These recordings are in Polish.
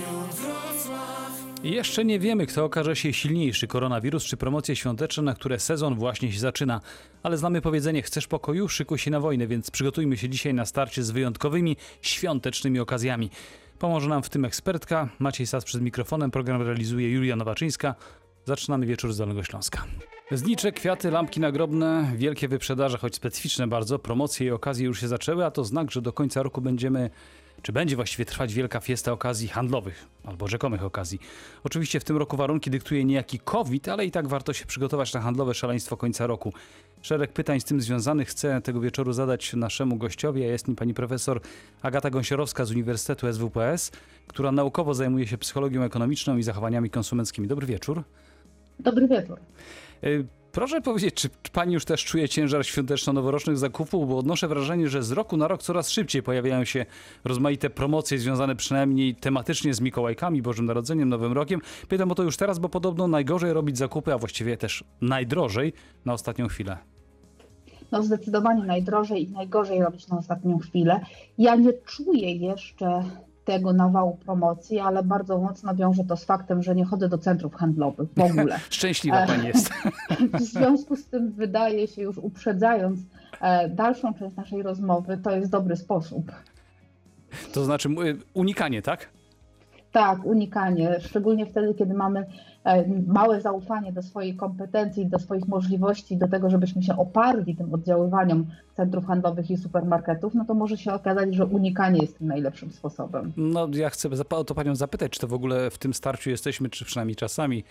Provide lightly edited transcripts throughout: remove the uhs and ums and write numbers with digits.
Jeszcze nie wiemy, kto okaże się silniejszy, koronawirus czy promocje świąteczne, na które sezon właśnie się zaczyna. Ale znamy powiedzenie, chcesz pokoju, szykuj się na wojnę, więc przygotujmy się dzisiaj na starcie z wyjątkowymi, świątecznymi okazjami. Pomoże nam w tym ekspertka. Maciej Sas przed mikrofonem, program realizuje Julia Nowaczyńska. Zaczynamy wieczór z Dolnego Śląska. Znicze, kwiaty, lampki nagrobne, wielkie wyprzedaże, choć specyficzne bardzo. Promocje i okazje już się zaczęły, a to znak, że do końca roku będzie właściwie trwać wielka fiesta okazji handlowych, albo rzekomych okazji. Oczywiście w tym roku warunki dyktuje niejaki COVID, ale i tak warto się przygotować na handlowe szaleństwo końca roku. Szereg pytań z tym związanych chcę tego wieczoru zadać naszemu gościowi, a jest nim pani profesor Agata Gąsiorowska z Uniwersytetu SWPS, która naukowo zajmuje się psychologią ekonomiczną i zachowaniami konsumenckimi. Dobry wieczór. Dobry wieczór. Proszę powiedzieć, czy pani już też czuje ciężar świąteczno-noworocznych zakupów, bo odnoszę wrażenie, że z roku na rok coraz szybciej pojawiają się rozmaite promocje związane przynajmniej tematycznie z Mikołajkami, Bożym Narodzeniem, Nowym Rokiem. Pytam o to już teraz, bo podobno najgorzej robić zakupy, a właściwie też najdrożej na ostatnią chwilę. No zdecydowanie najdrożej i najgorzej robić na ostatnią chwilę. Ja nie czuję jeszcze tego nawału promocji, ale bardzo mocno wiążę to z faktem, że nie chodzę do centrów handlowych w ogóle. Szczęśliwa pani jest. W związku z tym wydaje się, już uprzedzając dalszą część naszej rozmowy, to jest dobry sposób. To znaczy unikanie, tak? Tak, unikanie, szczególnie wtedy, kiedy mamy małe zaufanie do swojej kompetencji, do swoich możliwości, do tego, żebyśmy się oparli tym oddziaływaniom centrów handlowych i supermarketów, no to może się okazać, że unikanie jest tym najlepszym sposobem. No ja chcę o to panią zapytać, czy to w ogóle w tym starciu jesteśmy, czy przynajmniej czasami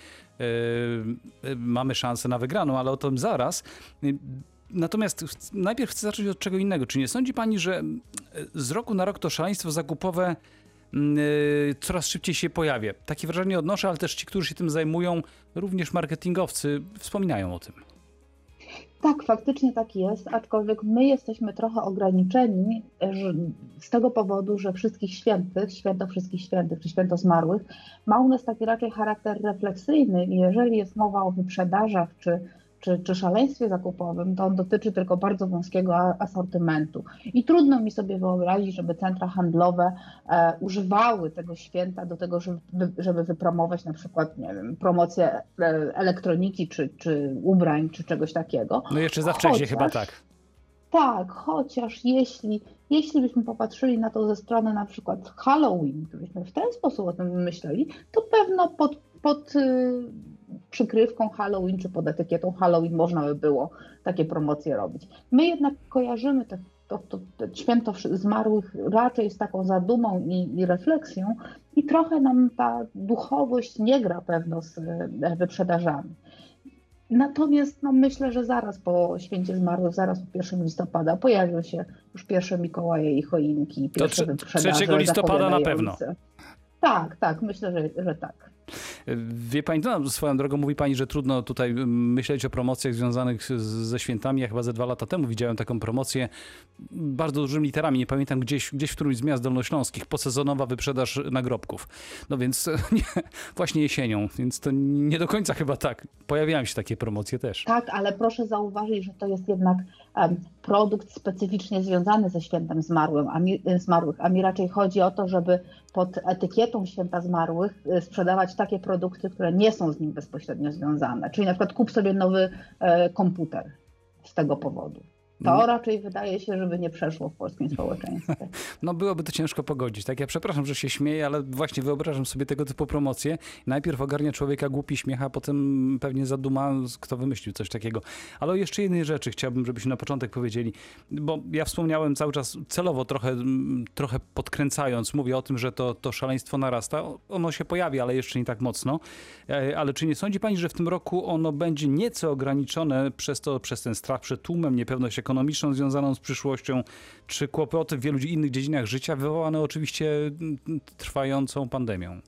mamy szansę na wygraną, ale o tym zaraz. Natomiast najpierw chcę zacząć od czego innego. Czy nie sądzi pani, że z roku na rok to szaleństwo zakupowe coraz szybciej się pojawia? Takie wrażenie odnoszę, ale też ci, którzy się tym zajmują, również marketingowcy, wspominają o tym. Tak, faktycznie tak jest, aczkolwiek my jesteśmy trochę ograniczeni z tego powodu, że wszystkich świętych, święto wszystkich świętych czy święto zmarłych ma u nas taki raczej charakter refleksyjny i jeżeli jest mowa o wyprzedażach czy szaleństwie zakupowym, to on dotyczy tylko bardzo wąskiego asortymentu. I trudno mi sobie wyobrazić, żeby centra handlowe używały tego święta do tego, żeby wypromować na przykład, nie wiem, promocję elektroniki, czy ubrań, czy czegoś takiego. No jeszcze za wcześnie chyba tak. Tak, chociaż jeśli byśmy popatrzyli na to ze strony na przykład Halloween, gdybyśmy w ten sposób o tym myśleli, to pewno pod przykrywką Halloween czy pod etykietą Halloween można by było takie promocje robić. My jednak kojarzymy to święto zmarłych raczej z taką zadumą i refleksją i trochę nam ta duchowość nie gra pewno z wyprzedażami. Natomiast myślę, że zaraz po święcie zmarłych, zaraz po 1 listopada pojawią się już pierwsze Mikołaje i choinki, pierwsze wyprzedaże. 3 listopada na pewno. Tak, myślę, że tak. Wie pani, swoją drogą mówi pani, że trudno tutaj myśleć o promocjach związanych ze świętami. Ja chyba ze 2 lata temu widziałem taką promocję bardzo dużymi literami, nie pamiętam, gdzieś w którymś z miast dolnośląskich, posezonowa wyprzedaż nagrobków. No więc właśnie jesienią, więc to nie do końca chyba tak. Pojawiają się takie promocje też. Tak, ale proszę zauważyć, że to jest jednak produkt specyficznie związany ze świętem zmarłych, a mi raczej chodzi o to, żeby pod etykietą święta zmarłych sprzedawać takie produkty, które nie są z nim bezpośrednio związane. Czyli na przykład kup sobie nowy komputer z tego powodu. To raczej wydaje się, żeby nie przeszło w polskim społeczeństwie. No byłoby to ciężko pogodzić. Tak, ja przepraszam, że się śmieję, ale właśnie wyobrażam sobie tego typu promocje. Najpierw ogarnia człowieka głupi śmiech, a potem pewnie zaduma, kto wymyślił coś takiego. Ale o jeszcze jednej rzeczy chciałbym, żebyśmy na początek powiedzieli, bo ja wspomniałem cały czas celowo trochę podkręcając, mówię o tym, że to szaleństwo narasta. Ono się pojawi, ale jeszcze nie tak mocno. Ale czy nie sądzi pani, że w tym roku ono będzie nieco ograniczone przez ten strach przed tłumem, niepewność ekonomiczną związaną z przyszłością, czy kłopoty w wielu innych dziedzinach życia wywołane oczywiście trwającą pandemią?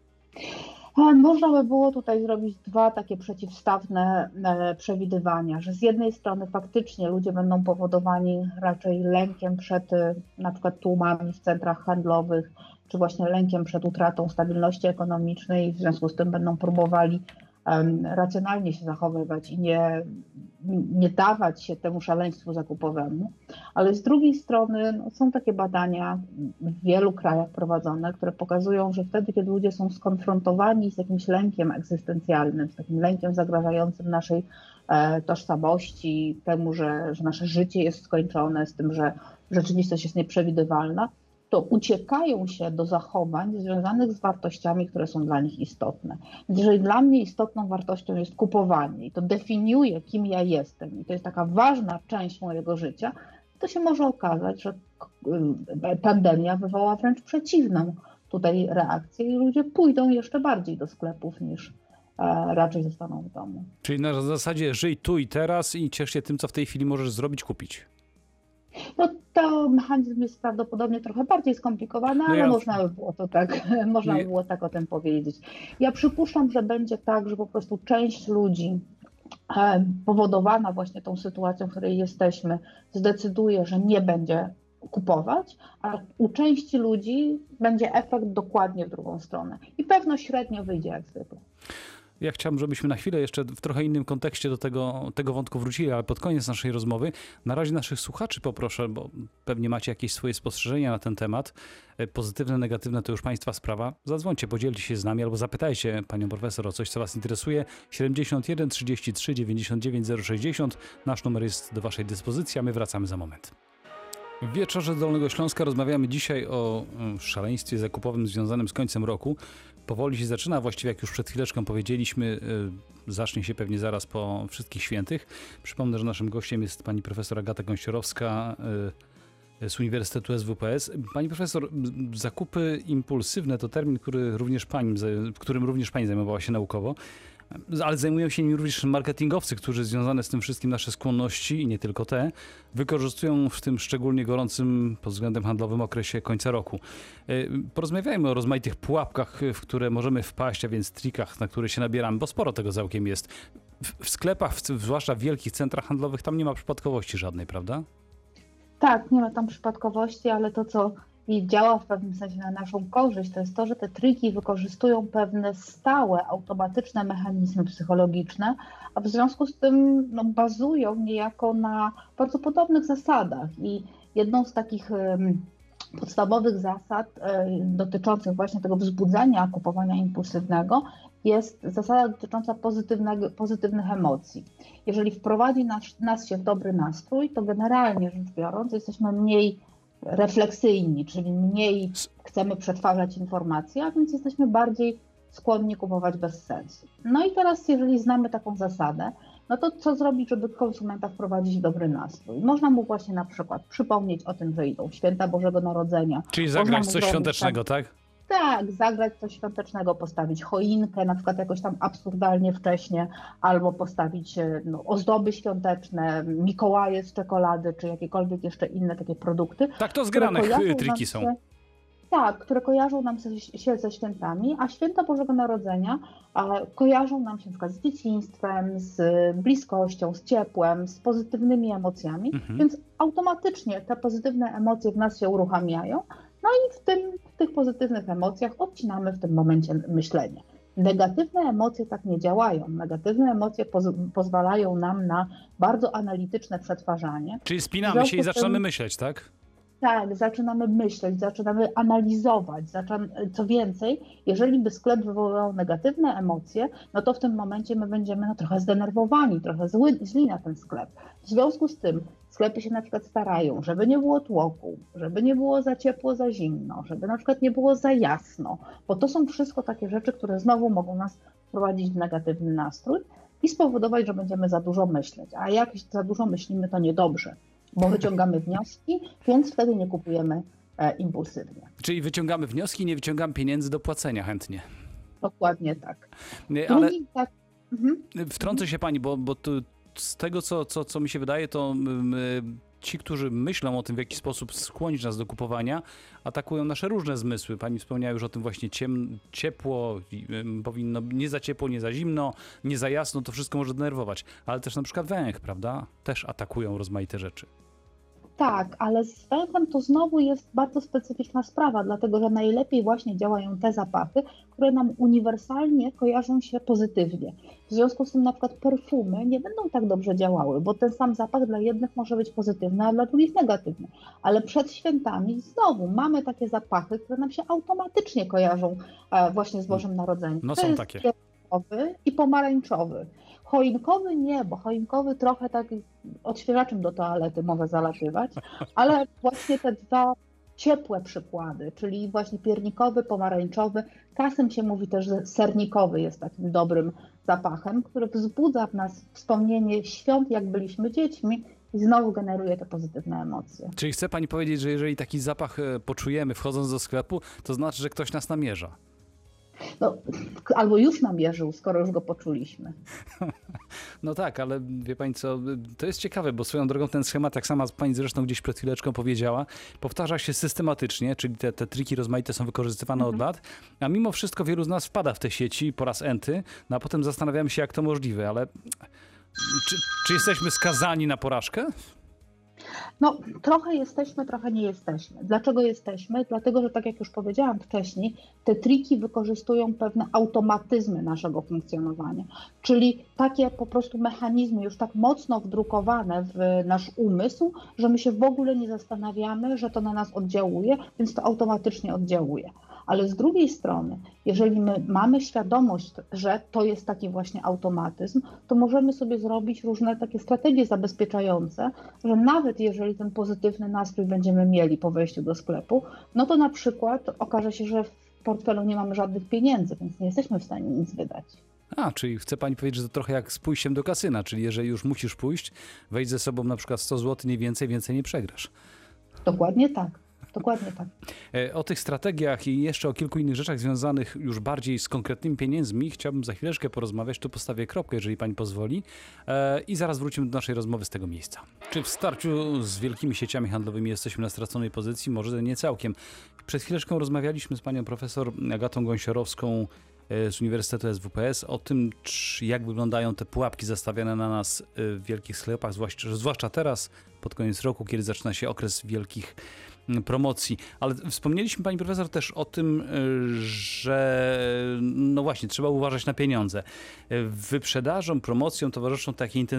Można by było tutaj zrobić 2 takie przeciwstawne przewidywania, że z jednej strony faktycznie ludzie będą powodowani raczej lękiem przed na przykład tłumami w centrach handlowych, czy właśnie lękiem przed utratą stabilności ekonomicznej i w związku z tym będą próbowali racjonalnie się zachowywać i nie dawać się temu szaleństwu zakupowemu, ale z drugiej strony no, są takie badania w wielu krajach prowadzone, które pokazują, że wtedy, kiedy ludzie są skonfrontowani z jakimś lękiem egzystencjalnym, z takim lękiem zagrażającym naszej tożsamości, temu, że nasze życie jest skończone, z tym, że rzeczywistość jest nieprzewidywalna, to uciekają się do zachowań związanych z wartościami, które są dla nich istotne. Więc jeżeli dla mnie istotną wartością jest kupowanie i to definiuje, kim ja jestem i to jest taka ważna część mojego życia, to się może okazać, że pandemia wywoła wręcz przeciwną tutaj reakcję i ludzie pójdą jeszcze bardziej do sklepów niż raczej zostaną w domu. Czyli na zasadzie żyj tu i teraz i ciesz się tym, co w tej chwili możesz zrobić, kupić. No to mechanizm jest prawdopodobnie trochę bardziej skomplikowany, ale można by było to tak, można by było tak o tym powiedzieć. Ja przypuszczam, że będzie tak, że po prostu część ludzi powodowana właśnie tą sytuacją, w której jesteśmy, zdecyduje, że nie będzie kupować, a u części ludzi będzie efekt dokładnie w drugą stronę. I pewno średnio wyjdzie jak zwykle. Ja chciałbym, żebyśmy na chwilę jeszcze w trochę innym kontekście do tego wątku wrócili, ale pod koniec naszej rozmowy na razie naszych słuchaczy poproszę, bo pewnie macie jakieś swoje spostrzeżenia na ten temat. Pozytywne, negatywne to już Państwa sprawa. Zadzwońcie, podzielcie się z nami albo zapytajcie Panią Profesor o coś, co Was interesuje. 71 33 99 060. Nasz numer jest do Waszej dyspozycji, a my wracamy za moment. W Wieczorze z Dolnego Śląska rozmawiamy dzisiaj o szaleństwie zakupowym związanym z końcem roku. Powoli się zaczyna, właściwie jak już przed chwileczką powiedzieliśmy, zacznie się pewnie zaraz po Wszystkich Świętych. Przypomnę, że naszym gościem jest pani profesor Agata Gąsiorowska z Uniwersytetu SWPS. Pani profesor, zakupy impulsywne to termin, którym również pani zajmowała się naukowo. Ale zajmują się nim również marketingowcy, którzy związane z tym wszystkim nasze skłonności i nie tylko te, wykorzystują w tym szczególnie gorącym pod względem handlowym okresie końca roku. Porozmawiajmy o rozmaitych pułapkach, w które możemy wpaść, a więc trikach, na które się nabieramy, bo sporo tego całkiem jest. W sklepach, zwłaszcza w wielkich centrach handlowych, tam nie ma przypadkowości żadnej, prawda? Tak, nie ma tam przypadkowości, ale to, co i działa w pewnym sensie na naszą korzyść, to jest to, że te triki wykorzystują pewne stałe, automatyczne mechanizmy psychologiczne, a w związku z tym no, bazują niejako na bardzo podobnych zasadach. I jedną z takich podstawowych zasad dotyczących właśnie tego wzbudzania kupowania impulsywnego jest zasada dotycząca pozytywnych emocji. Jeżeli wprowadzi nas się w dobry nastrój, to generalnie rzecz biorąc jesteśmy mniej refleksyjni, czyli mniej chcemy przetwarzać informacje, a więc jesteśmy bardziej skłonni kupować bez sensu. No i teraz, jeżeli znamy taką zasadę, no to co zrobić, żeby konsumenta wprowadzić w dobry nastrój? Można mu właśnie na przykład przypomnieć o tym, że idą święta Bożego Narodzenia. Czyli zagrać coś świątecznego, tak? Tak, zagrać coś świątecznego, postawić choinkę, na przykład jakoś tam absurdalnie wcześnie, albo postawić ozdoby świąteczne, Mikołaje z czekolady, czy jakiekolwiek jeszcze inne takie produkty. Tak, to zgrane triki są. Tak, które kojarzą nam się ze świętami, a święta Bożego Narodzenia kojarzą nam się na przykład z dzieciństwem, z bliskością, z ciepłem, z pozytywnymi emocjami, więc automatycznie te pozytywne emocje w nas się uruchamiają, no i w tych pozytywnych emocjach odcinamy w tym momencie myślenie. Negatywne emocje tak nie działają. Negatywne emocje pozwalają nam na bardzo analityczne przetwarzanie. Czyli spinamy się i zaczynamy myśleć, tak? Tak, zaczynamy myśleć, zaczynamy analizować. Co więcej, jeżeli by sklep wywoływał negatywne emocje, no to w tym momencie my będziemy trochę zdenerwowani, trochę źli na ten sklep. W związku z tym sklepy się na przykład starają, żeby nie było tłoku, żeby nie było za ciepło, za zimno, żeby na przykład nie było za jasno, bo to są wszystko takie rzeczy, które znowu mogą nas wprowadzić w negatywny nastrój i spowodować, że będziemy za dużo myśleć. A jak za dużo myślimy, to niedobrze, bo wyciągamy wnioski, więc wtedy nie kupujemy impulsywnie. Czyli wyciągamy wnioski, nie wyciągamy pieniędzy do płacenia chętnie. Dokładnie tak. Ale wtrącę się pani, bo to z tego, co mi się wydaje, to ci, którzy myślą o tym, w jaki sposób skłonić nas do kupowania, atakują nasze różne zmysły. Pani wspomniała już o tym właśnie ciepło, powinno nie za ciepło, nie za zimno, nie za jasno, to wszystko może denerwować. Ale też na przykład węch, prawda? Też atakują rozmaite rzeczy. Tak, ale z węchem to znowu jest bardzo specyficzna sprawa, dlatego że najlepiej właśnie działają te zapachy, które nam uniwersalnie kojarzą się pozytywnie. W związku z tym na przykład perfumy nie będą tak dobrze działały, bo ten sam zapach dla jednych może być pozytywny, a dla drugich negatywny. Ale przed świętami znowu mamy takie zapachy, które nam się automatycznie kojarzą właśnie z Bożym Narodzeniem. No To są jest takie. fioletowy i pomarańczowy. Choinkowy nie, bo choinkowy trochę tak odświeżaczem do toalety może zalatywać, ale właśnie te dwa ciepłe przykłady, czyli właśnie piernikowy, pomarańczowy, czasem się mówi też, że sernikowy jest takim dobrym zapachem, który wzbudza w nas wspomnienie świąt, jak byliśmy dziećmi i znowu generuje te pozytywne emocje. Czyli chce pani powiedzieć, że jeżeli taki zapach poczujemy wchodząc do sklepu, to znaczy, że ktoś nas namierza? No, albo już namierzył, skoro już go poczuliśmy. No tak, ale wie pani co, to jest ciekawe, bo swoją drogą ten schemat, jak sama pani zresztą gdzieś przed chwileczką powiedziała, powtarza się systematycznie, czyli te triki rozmaite są wykorzystywane od lat, a mimo wszystko wielu z nas wpada w te sieci po raz enty, no a potem zastanawiamy się, jak to możliwe, ale czy jesteśmy skazani na porażkę? No, trochę jesteśmy, trochę nie jesteśmy. Dlaczego jesteśmy? Dlatego, że tak jak już powiedziałam wcześniej, te triki wykorzystują pewne automatyzmy naszego funkcjonowania, czyli takie po prostu mechanizmy już tak mocno wdrukowane w nasz umysł, że my się w ogóle nie zastanawiamy, że to na nas oddziałuje, więc to automatycznie oddziałuje. Ale z drugiej strony, jeżeli my mamy świadomość, że to jest taki właśnie automatyzm, to możemy sobie zrobić różne takie strategie zabezpieczające, że nawet jeżeli ten pozytywny nastrój będziemy mieli po wejściu do sklepu, no to na przykład okaże się, że w portfelu nie mamy żadnych pieniędzy, więc nie jesteśmy w stanie nic wydać. Czyli chce pani powiedzieć, że to trochę jak z pójściem do kasyna, czyli jeżeli już musisz pójść, wejdź ze sobą na przykład 100 zł, nie więcej, więcej nie przegrasz. Dokładnie tak. Dokładnie tak. O tych strategiach i jeszcze o kilku innych rzeczach związanych już bardziej z konkretnymi pieniędzmi chciałbym za chwileczkę porozmawiać, tu postawię kropkę, jeżeli pani pozwoli i zaraz wrócimy do naszej rozmowy z tego miejsca. Czy w starciu z wielkimi sieciami handlowymi jesteśmy na straconej pozycji? Może nie całkiem. Przed chwileczką rozmawialiśmy z panią profesor Agatą Gąsiorowską z Uniwersytetu SWPS o tym, jak wyglądają te pułapki zastawiane na nas w wielkich sklepach, zwłaszcza teraz, pod koniec roku, kiedy zaczyna się okres wielkich promocji. Ale wspomnieliśmy, pani profesor, też o tym, że no właśnie, trzeba uważać na pieniądze. Wyprzedażom, promocjom towarzyszy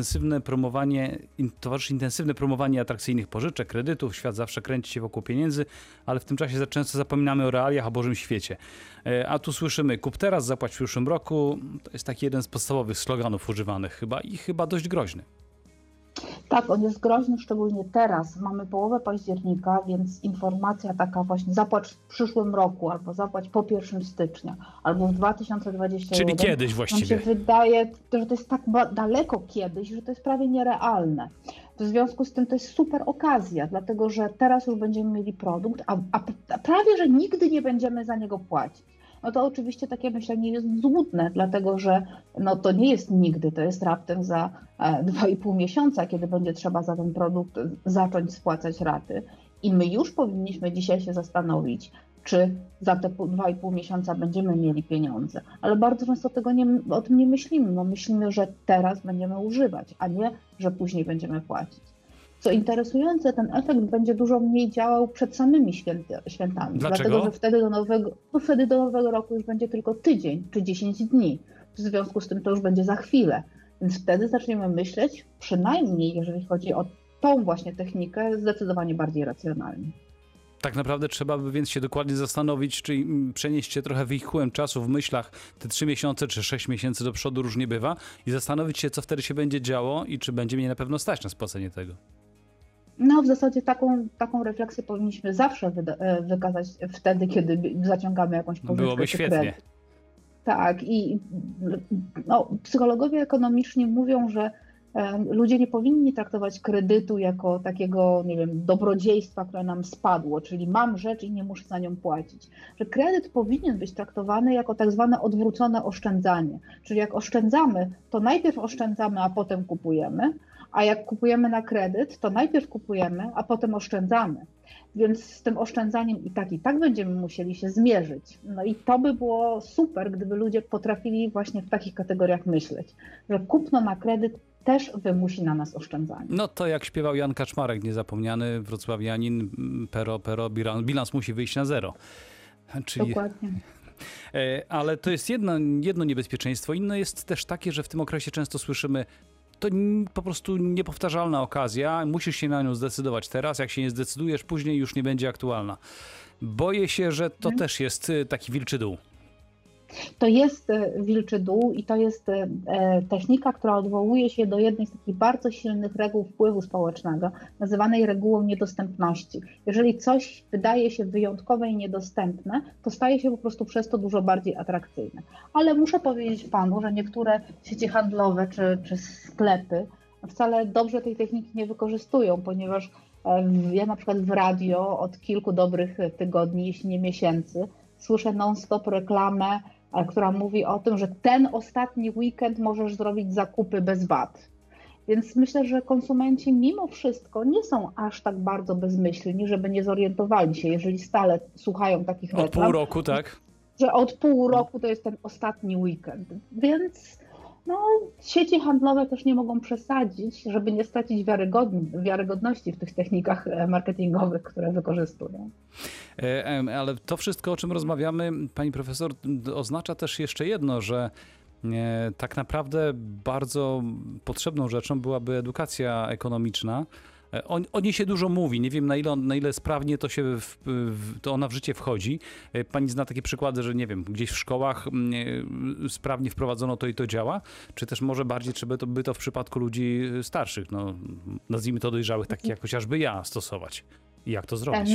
intensywne promowanie atrakcyjnych pożyczek, kredytów. Świat zawsze kręci się wokół pieniędzy, ale w tym czasie często zapominamy o realiach, o Bożym świecie. A tu słyszymy, kup teraz, zapłać w przyszłym roku. To jest taki jeden z podstawowych sloganów używanych chyba dość groźny. Tak, on jest groźny, szczególnie teraz. Mamy połowę października, więc informacja taka właśnie zapłać w przyszłym roku, albo zapłać po 1 stycznia, albo w 2021. Czyli kiedyś właściwie. Nam się wydaje, że to jest tak daleko kiedyś, że to jest prawie nierealne. W związku z tym to jest super okazja, dlatego że teraz już będziemy mieli produkt, a prawie, że nigdy nie będziemy za niego płacić. No to oczywiście takie myślenie jest złudne, dlatego że no to nie jest nigdy, to jest raptem za 2,5 miesiąca, kiedy będzie trzeba za ten produkt zacząć spłacać raty. I my już powinniśmy dzisiaj się zastanowić, czy za te 2,5 miesiąca będziemy mieli pieniądze. Ale bardzo często o tym nie myślimy, bo myślimy, że teraz będziemy używać, a nie, że później będziemy płacić. Co interesujące, ten efekt będzie dużo mniej działał przed samymi świętami. Dlaczego? Dlatego, że wtedy do nowego roku już będzie tylko tydzień czy 10 dni. W związku z tym to już będzie za chwilę. Więc wtedy zaczniemy myśleć, przynajmniej jeżeli chodzi o tą właśnie technikę, zdecydowanie bardziej racjonalnie. Tak naprawdę trzeba by więc się dokładnie zastanowić, czyli przenieść się trochę wehikułem czasu w myślach, te 3 miesiące czy 6 miesięcy do przodu różnie bywa i zastanowić się, co wtedy się będzie działo i czy będzie mnie na pewno stać na spłacenie tego. No w zasadzie taką refleksję powinniśmy zawsze wykazać wtedy, kiedy zaciągamy jakąś pożyczkę. Byłoby świetnie. Kredyt. Tak i psychologowie ekonomiczni mówią, że ludzie nie powinni traktować kredytu jako takiego, nie wiem, dobrodziejstwa, które nam spadło, czyli mam rzecz i nie muszę za nią płacić. Że kredyt powinien być traktowany jako tak zwane odwrócone oszczędzanie. Czyli jak oszczędzamy, to najpierw oszczędzamy, a potem kupujemy, a jak kupujemy na kredyt, to najpierw kupujemy, a potem oszczędzamy. Więc z tym oszczędzaniem i tak będziemy musieli się zmierzyć. No i to by było super, gdyby ludzie potrafili właśnie w takich kategoriach myśleć, że kupno na kredyt też wymusi na nas oszczędzanie. No to jak śpiewał Jan Kaczmarek, niezapomniany wrocławianin, pero, bilans musi wyjść na zero. Czyli... Dokładnie. Ale to jest jedno niebezpieczeństwo. Inne jest też takie, że w tym okresie często słyszymy, to po prostu niepowtarzalna okazja, musisz się na nią zdecydować teraz, jak się nie zdecydujesz, później już nie będzie aktualna. Boję się, że to też jest taki wilczy dół. To jest wilczy dół i to jest technika, która odwołuje się do jednej z takich bardzo silnych reguł wpływu społecznego, nazywanej regułą niedostępności. Jeżeli coś wydaje się wyjątkowe i niedostępne, to staje się po prostu przez to dużo bardziej atrakcyjne. Ale muszę powiedzieć panu, że niektóre sieci handlowe czy sklepy wcale dobrze tej techniki nie wykorzystują, ponieważ ja na przykład w radio od kilku dobrych tygodni, jeśli nie miesięcy, słyszę non-stop reklamę, która mówi o tym, że ten ostatni weekend możesz zrobić zakupy bez VAT. Więc myślę, że konsumenci mimo wszystko nie są aż tak bardzo bezmyślni, żeby nie zorientowali się, jeżeli stale słuchają takich reklam. Od pół roku, tak? Że od pół roku to jest ten ostatni weekend. Więc sieci handlowe też nie mogą przesadzić, żeby nie stracić wiarygodności w tych technikach marketingowych, które wykorzystują. Ale to wszystko, o czym rozmawiamy, pani profesor, oznacza też jeszcze jedno, że tak naprawdę bardzo potrzebną rzeczą byłaby edukacja ekonomiczna. O niej się dużo mówi, nie wiem na ile sprawnie to ona w życie wchodzi. Pani zna takie przykłady, że nie wiem, gdzieś w szkołach sprawnie wprowadzono to i to działa, czy też może bardziej trzeba by to w przypadku ludzi starszych, nazwijmy to dojrzałych, takich jak chociażby ja, stosować. I jak to zrobić?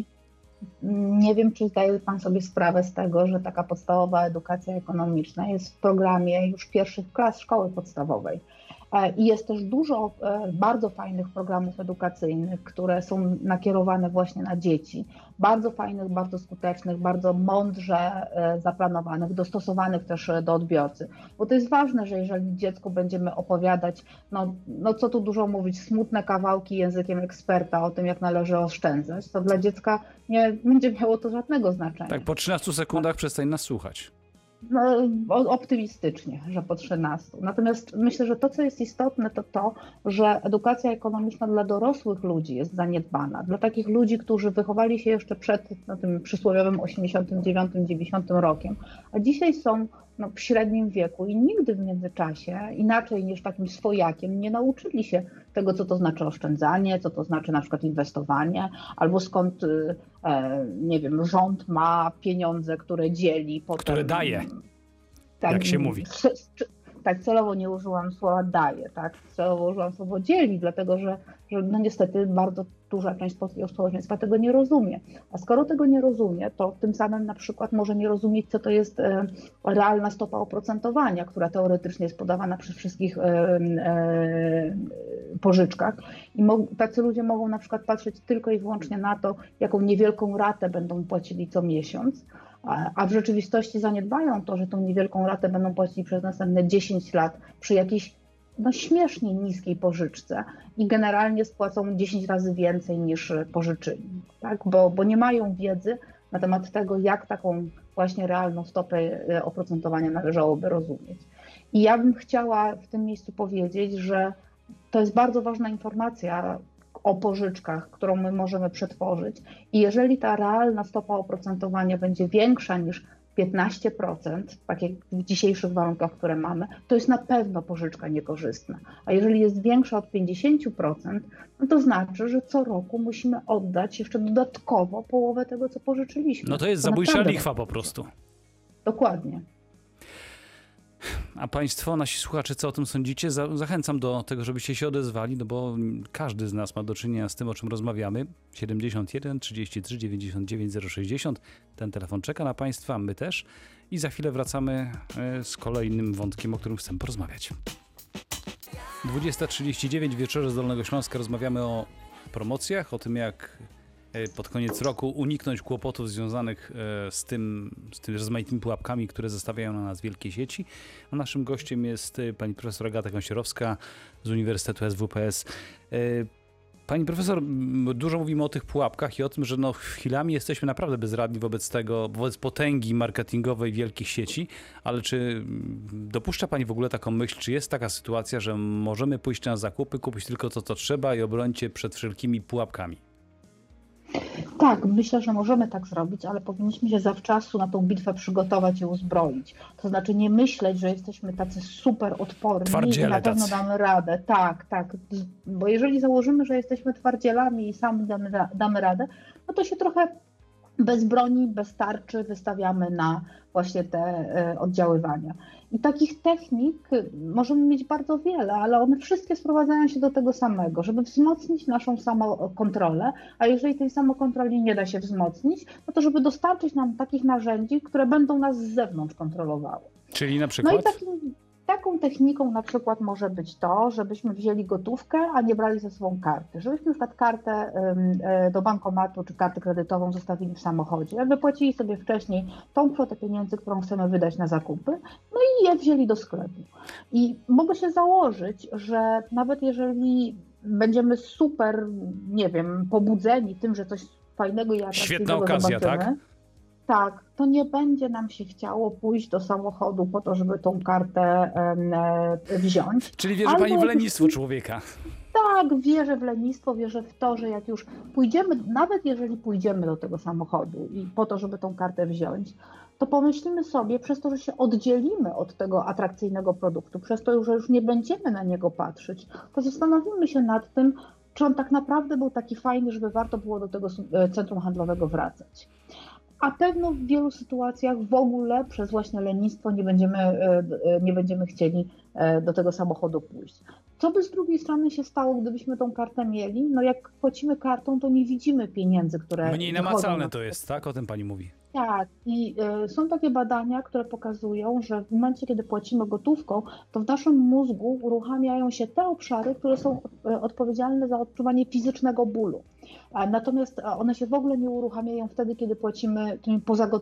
Nie wiem, czy zdaje pan sobie sprawę z tego, że taka podstawowa edukacja ekonomiczna jest w programie już pierwszych klas szkoły podstawowej. I jest też dużo bardzo fajnych programów edukacyjnych, które są nakierowane właśnie na dzieci. Bardzo fajnych, bardzo skutecznych, bardzo mądrze zaplanowanych, dostosowanych też do odbiorcy. Bo to jest ważne, że jeżeli dziecku będziemy opowiadać, co tu dużo mówić, smutne kawałki językiem eksperta o tym, jak należy oszczędzać, to dla dziecka nie będzie miało to żadnego znaczenia. Tak, po 13 sekundach przestań nas słuchać. Optymistycznie, że po 13. Natomiast myślę, że to, co jest istotne, to, że edukacja ekonomiczna dla dorosłych ludzi jest zaniedbana. Dla takich ludzi, którzy wychowali się jeszcze przed tym przysłowiowym 89-90 rokiem, a dzisiaj są w średnim wieku i nigdy w międzyczasie, inaczej niż takim swojakiem, nie nauczyli się tego, co to znaczy oszczędzanie, co to znaczy na przykład inwestowanie, albo skąd, nie wiem, rząd ma pieniądze, które dzieli, które daje, tak, jak się mówi. Tak, celowo nie użyłam słowa daje, tak? Celowo użyłam słowa dzieli, dlatego że niestety bardzo duża część polskiego społeczeństwa tego nie rozumie. A skoro tego nie rozumie, to tym samym na przykład może nie rozumieć, co to jest realna stopa oprocentowania, która teoretycznie jest podawana przy wszystkich pożyczkach. I tacy ludzie mogą na przykład patrzeć tylko i wyłącznie na to, jaką niewielką ratę będą płacili co miesiąc, a w rzeczywistości zaniedbają to, że tą niewielką ratę będą płacili przez następne 10 lat przy jakiejś śmiesznie niskiej pożyczce i generalnie spłacą 10 razy więcej niż pożyczyli, tak? Bo nie mają wiedzy na temat tego, jak taką właśnie realną stopę oprocentowania należałoby rozumieć. I ja bym chciała w tym miejscu powiedzieć, że to jest bardzo ważna informacja o pożyczkach, którą my możemy przetworzyć i jeżeli ta realna stopa oprocentowania będzie większa niż 15%, tak jak w dzisiejszych warunkach, które mamy, to jest na pewno pożyczka niekorzystna. A jeżeli jest większa od 50%, to znaczy, że co roku musimy oddać jeszcze dodatkowo połowę tego, co pożyczyliśmy. No to jest zabójcza lichwa po prostu. Dokładnie. A państwo, nasi słuchacze, co o tym sądzicie? Zachęcam do tego, żebyście się odezwali, bo każdy z nas ma do czynienia z tym, o czym rozmawiamy. 71 33 99 060. Ten telefon czeka na państwa, my też. I za chwilę wracamy z kolejnym wątkiem, o którym chcę porozmawiać. 20:39, wieczorze z Dolnego Śląska. Rozmawiamy o promocjach, o tym, jak pod koniec roku uniknąć kłopotów związanych z tymi rozmaitymi pułapkami, które zostawiają na nas wielkie sieci. A naszym gościem jest pani profesor Agata Gąsiorowska z Uniwersytetu SWPS. Pani profesor, dużo mówimy o tych pułapkach i o tym, że no chwilami jesteśmy naprawdę bezradni wobec tego, wobec potęgi marketingowej wielkich sieci, ale czy dopuszcza pani w ogóle taką myśl, czy jest taka sytuacja, że możemy pójść na zakupy, kupić tylko to, co trzeba i obronić się przed wszelkimi pułapkami? Tak, myślę, że możemy tak zrobić, ale powinniśmy się zawczasu na tą bitwę przygotować i uzbroić. To znaczy nie myśleć, że jesteśmy tacy super odporni Twardziele i na pewno tacy. damy radę. Tak, tak. Bo jeżeli założymy, że jesteśmy twardzielami i sami damy radę, no to się trochę bez broni, bez tarczy wystawiamy na właśnie te oddziaływania. I takich technik możemy mieć bardzo wiele, ale one wszystkie sprowadzają się do tego samego, żeby wzmocnić naszą samokontrolę, a jeżeli tej samokontroli nie da się wzmocnić, no to żeby dostarczyć nam takich narzędzi, które będą nas z zewnątrz kontrolowały. Czyli na No przykład? i taką techniką na przykład może być to, żebyśmy wzięli gotówkę, a nie brali ze sobą karty. Żebyśmy na przykład kartę do bankomatu czy kartę kredytową zostawili w samochodzie, wypłacili sobie wcześniej tą kwotę pieniędzy, którą chcemy wydać na zakupy, no i je wzięli do sklepu. I mogę się założyć, że nawet jeżeli będziemy super, nie wiem, pobudzeni tym, że coś fajnego i atrakcyjnego Świetna okazja, zobaczymy, tak? tak, to nie będzie nam się chciało pójść do samochodu po to, żeby tą kartę wziąć. Czyli wierzy Albo pani w jakiś- lenistwo człowieka. Tak, wierzę w lenistwo, wierzę w to, że jak już pójdziemy, nawet jeżeli pójdziemy do tego samochodu i po to, żeby tą kartę wziąć, to pomyślimy sobie, przez to, że się oddzielimy od tego atrakcyjnego produktu, przez to, że już nie będziemy na niego patrzeć, to zastanowimy się nad tym, czy on tak naprawdę był taki fajny, żeby warto było do tego centrum handlowego wracać. A pewno w wielu sytuacjach w ogóle przez właśnie lenistwo nie będziemy chcieli do tego samochodu pójść. Co by z drugiej strony się stało, gdybyśmy tą kartę mieli? No jak płacimy kartą, to nie widzimy pieniędzy, które Mniej wychodzą namacalne na to jest, tak? O tym pani mówi. tak, i są takie badania, które pokazują, że w momencie, kiedy płacimy gotówką, to w naszym mózgu uruchamiają się te obszary, które są odpowiedzialne za odczuwanie fizycznego bólu. Natomiast one się w ogóle nie uruchamiają wtedy, kiedy płacimy tymi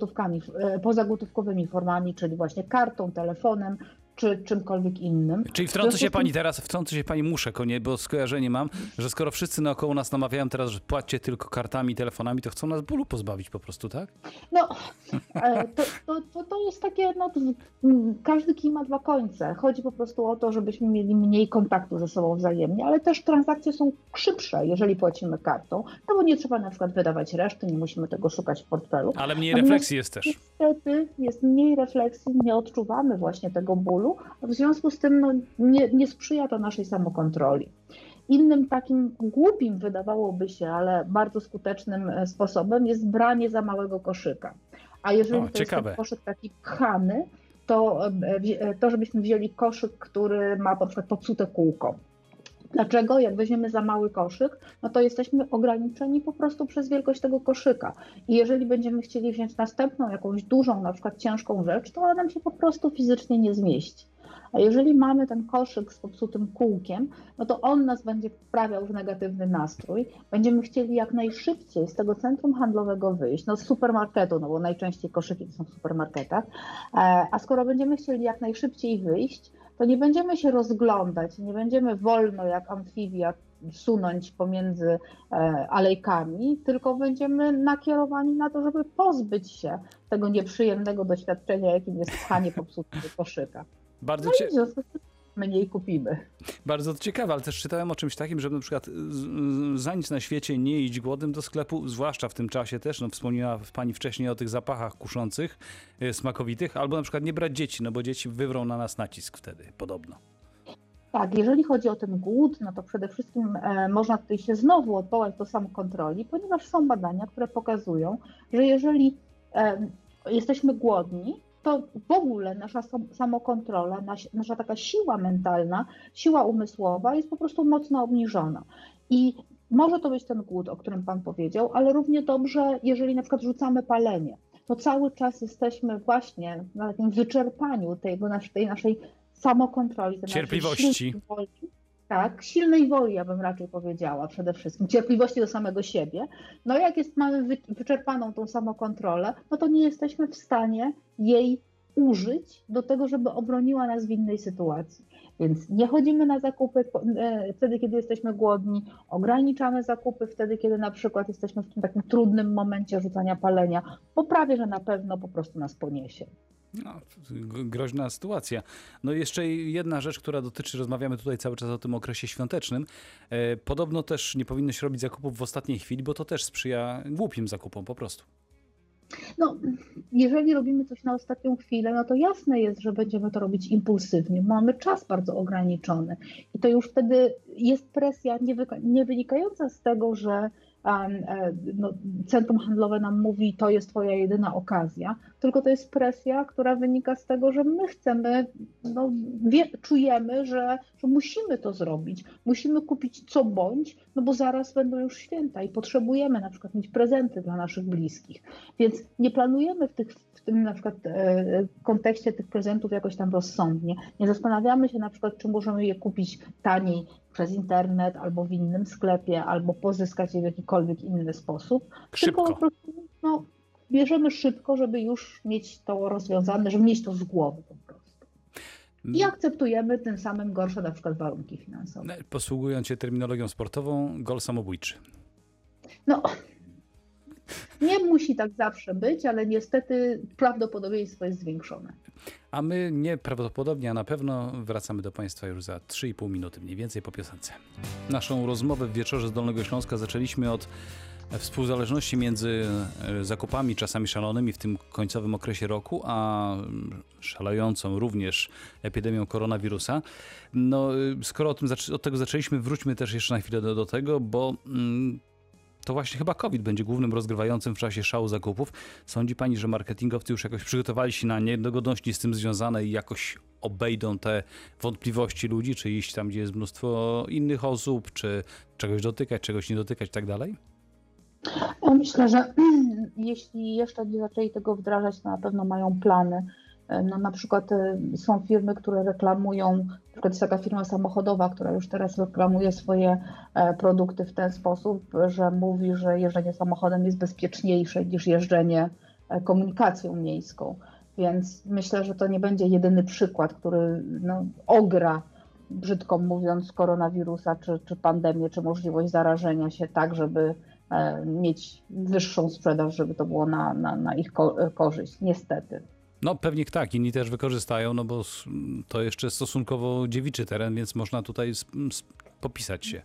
pozagotówkowymi formami, czyli właśnie kartą, telefonem czy czymkolwiek innym. Czyli wtrącę się pani muszę, bo skojarzenie mam, że skoro wszyscy naokoło nas namawiają teraz, że płaccie tylko kartami, telefonami, to chcą nas bólu pozbawić po prostu, tak? No, to jest takie, no, każdy kij ma dwa końce. Chodzi po prostu o to, żebyśmy mieli mniej kontaktu ze sobą wzajemnie, ale też transakcje są szybsze, jeżeli płacimy kartą, no bo nie trzeba na przykład wydawać reszty, nie musimy tego szukać w portfelu. Ale mniej refleksji jest też. Niestety jest mniej refleksji, nie odczuwamy właśnie tego bólu, w związku z tym no, nie sprzyja to naszej samokontroli. Innym takim głupim, wydawałoby się, ale bardzo skutecznym sposobem jest branie za małego koszyka. A jeżeli to jest ten koszyk taki pchany, to żebyśmy wzięli koszyk, który ma na przykład popsute kółko. Dlaczego? Jak weźmiemy za mały koszyk, no to jesteśmy ograniczeni po prostu przez wielkość tego koszyka. I jeżeli będziemy chcieli wziąć następną, jakąś dużą, na przykład ciężką rzecz, to ona nam się po prostu fizycznie nie zmieści. A jeżeli mamy ten koszyk z popsutym kółkiem, no to on nas będzie wprawiał w negatywny nastrój. Będziemy chcieli jak najszybciej z tego centrum handlowego wyjść, no z supermarketu, no bo najczęściej koszyki to są w supermarketach. A skoro będziemy chcieli jak najszybciej wyjść, to nie będziemy się rozglądać, nie będziemy wolno jak amfibia sunąć pomiędzy alejkami, tylko będziemy nakierowani na to, żeby pozbyć się tego nieprzyjemnego doświadczenia, jakim jest pchanie popsutego koszyka. Bardzo No i w związku z tym mniej kupimy. Bardzo ciekawe, ale też czytałem o czymś takim, żeby na przykład za nic na świecie nie iść głodnym do sklepu, zwłaszcza w tym czasie też, no wspomniała pani wcześniej o tych zapachach kuszących, smakowitych, albo na przykład nie brać dzieci, no bo dzieci wywrą na nas nacisk wtedy, podobno. Tak, jeżeli chodzi o ten głód, no to przede wszystkim można tutaj się znowu odwołać do samokontroli, ponieważ są badania, które pokazują, że jeżeli jesteśmy głodni, to w ogóle nasza samokontrola, nasza taka siła mentalna, siła umysłowa jest po prostu mocno obniżona. I może to być ten głód, o którym Pan powiedział, ale równie dobrze, jeżeli na przykład rzucamy palenie, to cały czas jesteśmy właśnie na takim wyczerpaniu tej naszej samokontroli, tej cierpliwości. Naszej silnej woli, tak, silnej woli, ja bym raczej powiedziała przede wszystkim, cierpliwości do samego siebie. No jak mamy wyczerpaną tą samokontrolę, no to nie jesteśmy w stanie jej użyć do tego, żeby obroniła nas w innej sytuacji. Więc nie chodzimy na zakupy wtedy, kiedy jesteśmy głodni, ograniczamy zakupy wtedy, kiedy na przykład jesteśmy w tym takim trudnym momencie rzucania palenia, bo prawie, że na pewno po prostu nas poniesie. No, groźna sytuacja. No jeszcze jedna rzecz, która dotyczy, rozmawiamy tutaj cały czas o tym okresie świątecznym. Podobno też nie powinno się robić zakupów w ostatniej chwili, bo to też sprzyja głupim zakupom po prostu. No, jeżeli robimy coś na ostatnią chwilę, no to jasne jest, że będziemy to robić impulsywnie. Mamy czas bardzo ograniczony i to już wtedy jest presja nie wynikająca z tego, że no, centrum handlowe nam mówi, to jest twoja jedyna okazja, tylko to jest presja, która wynika z tego, że my chcemy, no, czujemy, że musimy to zrobić, musimy kupić co bądź, no bo zaraz będą już święta i potrzebujemy na przykład mieć prezenty dla naszych bliskich, więc nie planujemy w tym na przykład kontekście tych prezentów jakoś tam rozsądnie, nie zastanawiamy się na przykład, czy możemy je kupić taniej przez internet, albo w innym sklepie, albo pozyskać je w jakikolwiek inny sposób. Szybko. Tylko po prostu bierzemy szybko, żeby już mieć to rozwiązane, żeby mieć to z głowy po prostu. I akceptujemy tym samym gorsze na przykład warunki finansowe. Posługując się terminologią sportową, gol samobójczy. No, nie musi tak zawsze być, ale niestety prawdopodobieństwo jest zwiększone. A my nieprawdopodobnie, a na pewno wracamy do Państwa już za 3,5 minuty, mniej więcej po piosence. Naszą rozmowę w Wieczorze z Dolnego Śląska zaczęliśmy od współzależności między zakupami czasami szalonymi w tym końcowym okresie roku, a szalejącą również epidemią koronawirusa. No, skoro od tego zaczęliśmy, wróćmy też jeszcze na chwilę do tego, bo to właśnie chyba COVID będzie głównym rozgrywającym w czasie szału zakupów. Sądzi Pani, że marketingowcy już jakoś przygotowali się na niedogodności z tym związane i jakoś obejdą te wątpliwości ludzi, czy iść tam, gdzie jest mnóstwo innych osób, czy czegoś dotykać, czegoś nie dotykać i tak dalej? Ja myślę, że jeśli jeszcze nie zaczęli tego wdrażać, to na pewno mają plany. No, na przykład są firmy, które reklamują, na przykład jest taka firma samochodowa, która już teraz reklamuje swoje produkty w ten sposób, że mówi, że jeżdżenie samochodem jest bezpieczniejsze niż jeżdżenie komunikacją miejską. Więc myślę, że to nie będzie jedyny przykład, który ogra, brzydko mówiąc, koronawirusa, czy pandemię, czy możliwość zarażenia się tak, żeby mieć wyższą sprzedaż, żeby to było na ich korzyść, niestety. No pewnie tak, inni też wykorzystają, no bo to jeszcze stosunkowo dziewiczy teren, więc można tutaj popisać się.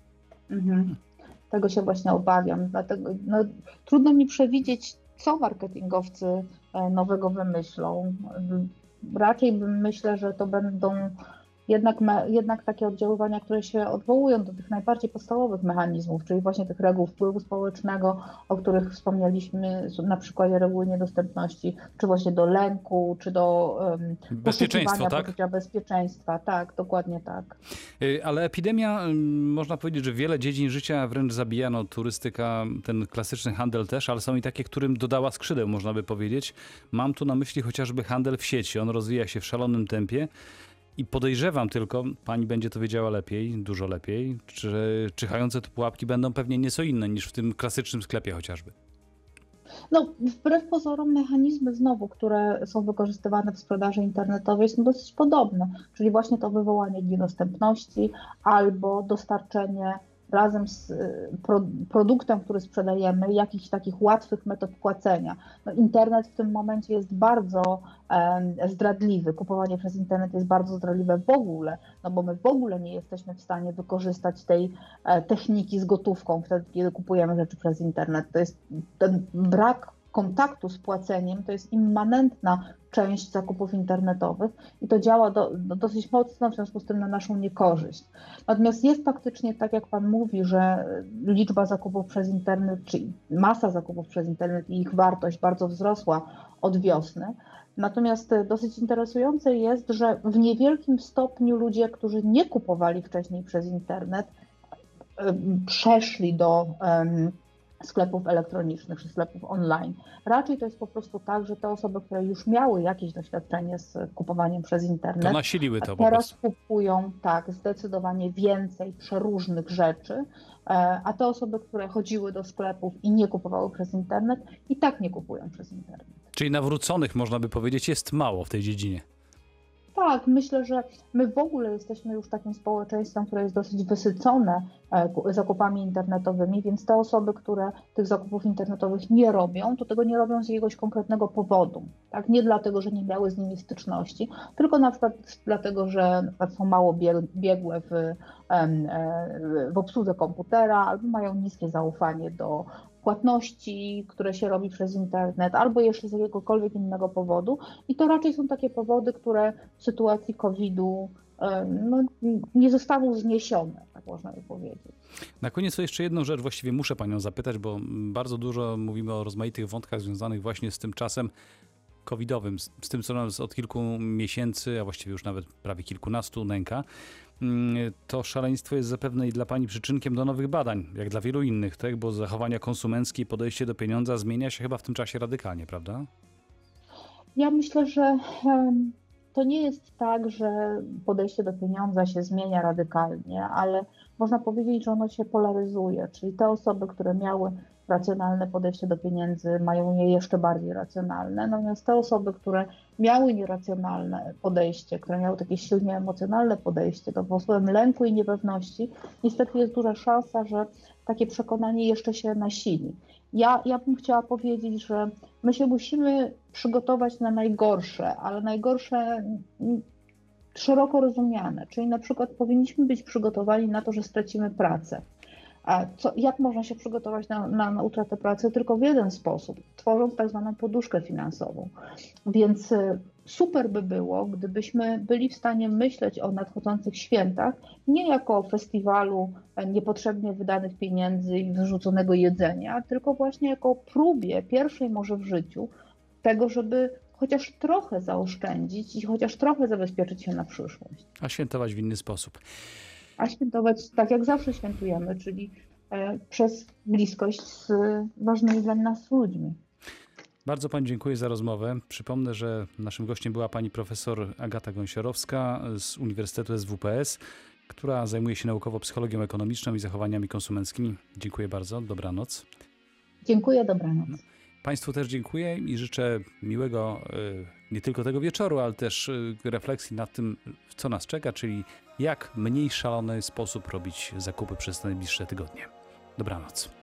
Tego się właśnie obawiam, dlatego trudno mi przewidzieć, co marketingowcy nowego wymyślą. Raczej myślę, że to będą jednak takie oddziaływania, które się odwołują do tych najbardziej podstawowych mechanizmów, czyli właśnie tych reguł wpływu społecznego, o których wspomnieliśmy na przykładzie reguły niedostępności, czy właśnie do lęku, czy do bezpieczeństwa, tak? Poczucia bezpieczeństwa. Tak, dokładnie tak. Ale epidemia, można powiedzieć, że wiele dziedzin życia wręcz zabijano, turystyka, ten klasyczny handel też, ale są i takie, którym dodała skrzydeł, można by powiedzieć. Mam tu na myśli chociażby handel w sieci, on rozwija się w szalonym tempie. I podejrzewam tylko, pani będzie to wiedziała lepiej, dużo lepiej, że czyhające tu pułapki będą pewnie nieco inne niż w tym klasycznym sklepie chociażby. No, wbrew pozorom mechanizmy znowu, które są wykorzystywane w sprzedaży internetowej są dosyć podobne, czyli właśnie to wywołanie niedostępności albo dostarczenie razem z produktem, który sprzedajemy, jakichś takich łatwych metod płacenia. No, internet w tym momencie jest bardzo zdradliwy. Kupowanie przez internet jest bardzo zdradliwe w ogóle, no bo my w ogóle nie jesteśmy w stanie wykorzystać tej techniki z gotówką wtedy, kiedy kupujemy rzeczy przez internet. To jest ten brak kontaktu z płaceniem, to jest immanentna część zakupów internetowych i to działa dosyć mocno w związku z tym na naszą niekorzyść. Natomiast jest faktycznie tak, jak Pan mówi, że liczba zakupów przez internet, czy masa zakupów przez internet i ich wartość bardzo wzrosła od wiosny. Natomiast dosyć interesujące jest, że w niewielkim stopniu ludzie, którzy nie kupowali wcześniej przez internet, przeszli do sklepów elektronicznych czy sklepów online. Raczej to jest po prostu tak, że te osoby, które już miały jakieś doświadczenie z kupowaniem przez internet, To nasiliły to po teraz prostu. kupują tak zdecydowanie więcej przeróżnych rzeczy, a te osoby, które chodziły do sklepów i nie kupowały przez internet, i tak nie kupują przez internet. Czyli nawróconych, można by powiedzieć, jest mało w tej dziedzinie. Tak, myślę, że my w ogóle jesteśmy już takim społeczeństwem, które jest dosyć wysycone zakupami internetowymi, więc te osoby, które tych zakupów internetowych nie robią, to tego nie robią z jakiegoś konkretnego powodu. Tak? Nie dlatego, że nie miały z nimi styczności, tylko na przykład dlatego, że na przykład są mało biegłe w obsłudze komputera albo mają niskie zaufanie do płatności, które się robi przez internet, albo jeszcze z jakiegokolwiek innego powodu. I to raczej są takie powody, które w sytuacji COVID-u no, nie zostaną zniesione, tak można by powiedzieć. Na koniec to jeszcze jedną rzecz, właściwie muszę panią zapytać, bo bardzo dużo mówimy o rozmaitych wątkach związanych właśnie z tym czasem covidowym, z tym, co nas od kilku miesięcy, a właściwie już nawet prawie kilkunastu nęka. To szaleństwo jest zapewne i dla pani przyczynkiem do nowych badań, jak dla wielu innych, tak? Bo zachowania konsumenckie i podejście do pieniądza zmienia się chyba w tym czasie radykalnie, prawda? Ja myślę, że to nie jest tak, że podejście do pieniądza się zmienia radykalnie, ale można powiedzieć, że ono się polaryzuje, czyli te osoby, które miały racjonalne podejście do pieniędzy, mają je jeszcze bardziej racjonalne, natomiast te osoby, które miały nieracjonalne podejście, które miały takie silnie emocjonalne podejście, to pod względem lęku i niepewności, niestety jest duża szansa, że takie przekonanie jeszcze się nasili. Ja bym chciała powiedzieć, że my się musimy przygotować na najgorsze, ale najgorsze szeroko rozumiane, czyli na przykład powinniśmy być przygotowani na to, że stracimy pracę. A jak można się przygotować na utratę pracy? Tylko w jeden sposób, tworząc tak zwaną poduszkę finansową. Więc super by było, gdybyśmy byli w stanie myśleć o nadchodzących świętach nie jako o festiwalu niepotrzebnie wydanych pieniędzy i wyrzuconego jedzenia, tylko właśnie jako o próbie pierwszej może w życiu tego, żeby chociaż trochę zaoszczędzić i chociaż trochę zabezpieczyć się na przyszłość. A świętować w inny sposób. A świętować tak jak zawsze świętujemy, czyli przez bliskość z ważnymi dla nas ludźmi. Bardzo pani dziękuję za rozmowę. Przypomnę, że naszym gościem była pani profesor Agata Gąsiorowska z Uniwersytetu SWPS, która zajmuje się naukowo psychologią ekonomiczną i zachowaniami konsumenckimi. Dziękuję bardzo. Dobranoc. Dziękuję, dobranoc. Państwu też dziękuję i życzę miłego nie tylko tego wieczoru, ale też refleksji nad tym, co nas czeka, czyli jak mniej szalony sposób robić zakupy przez najbliższe tygodnie. Dobranoc.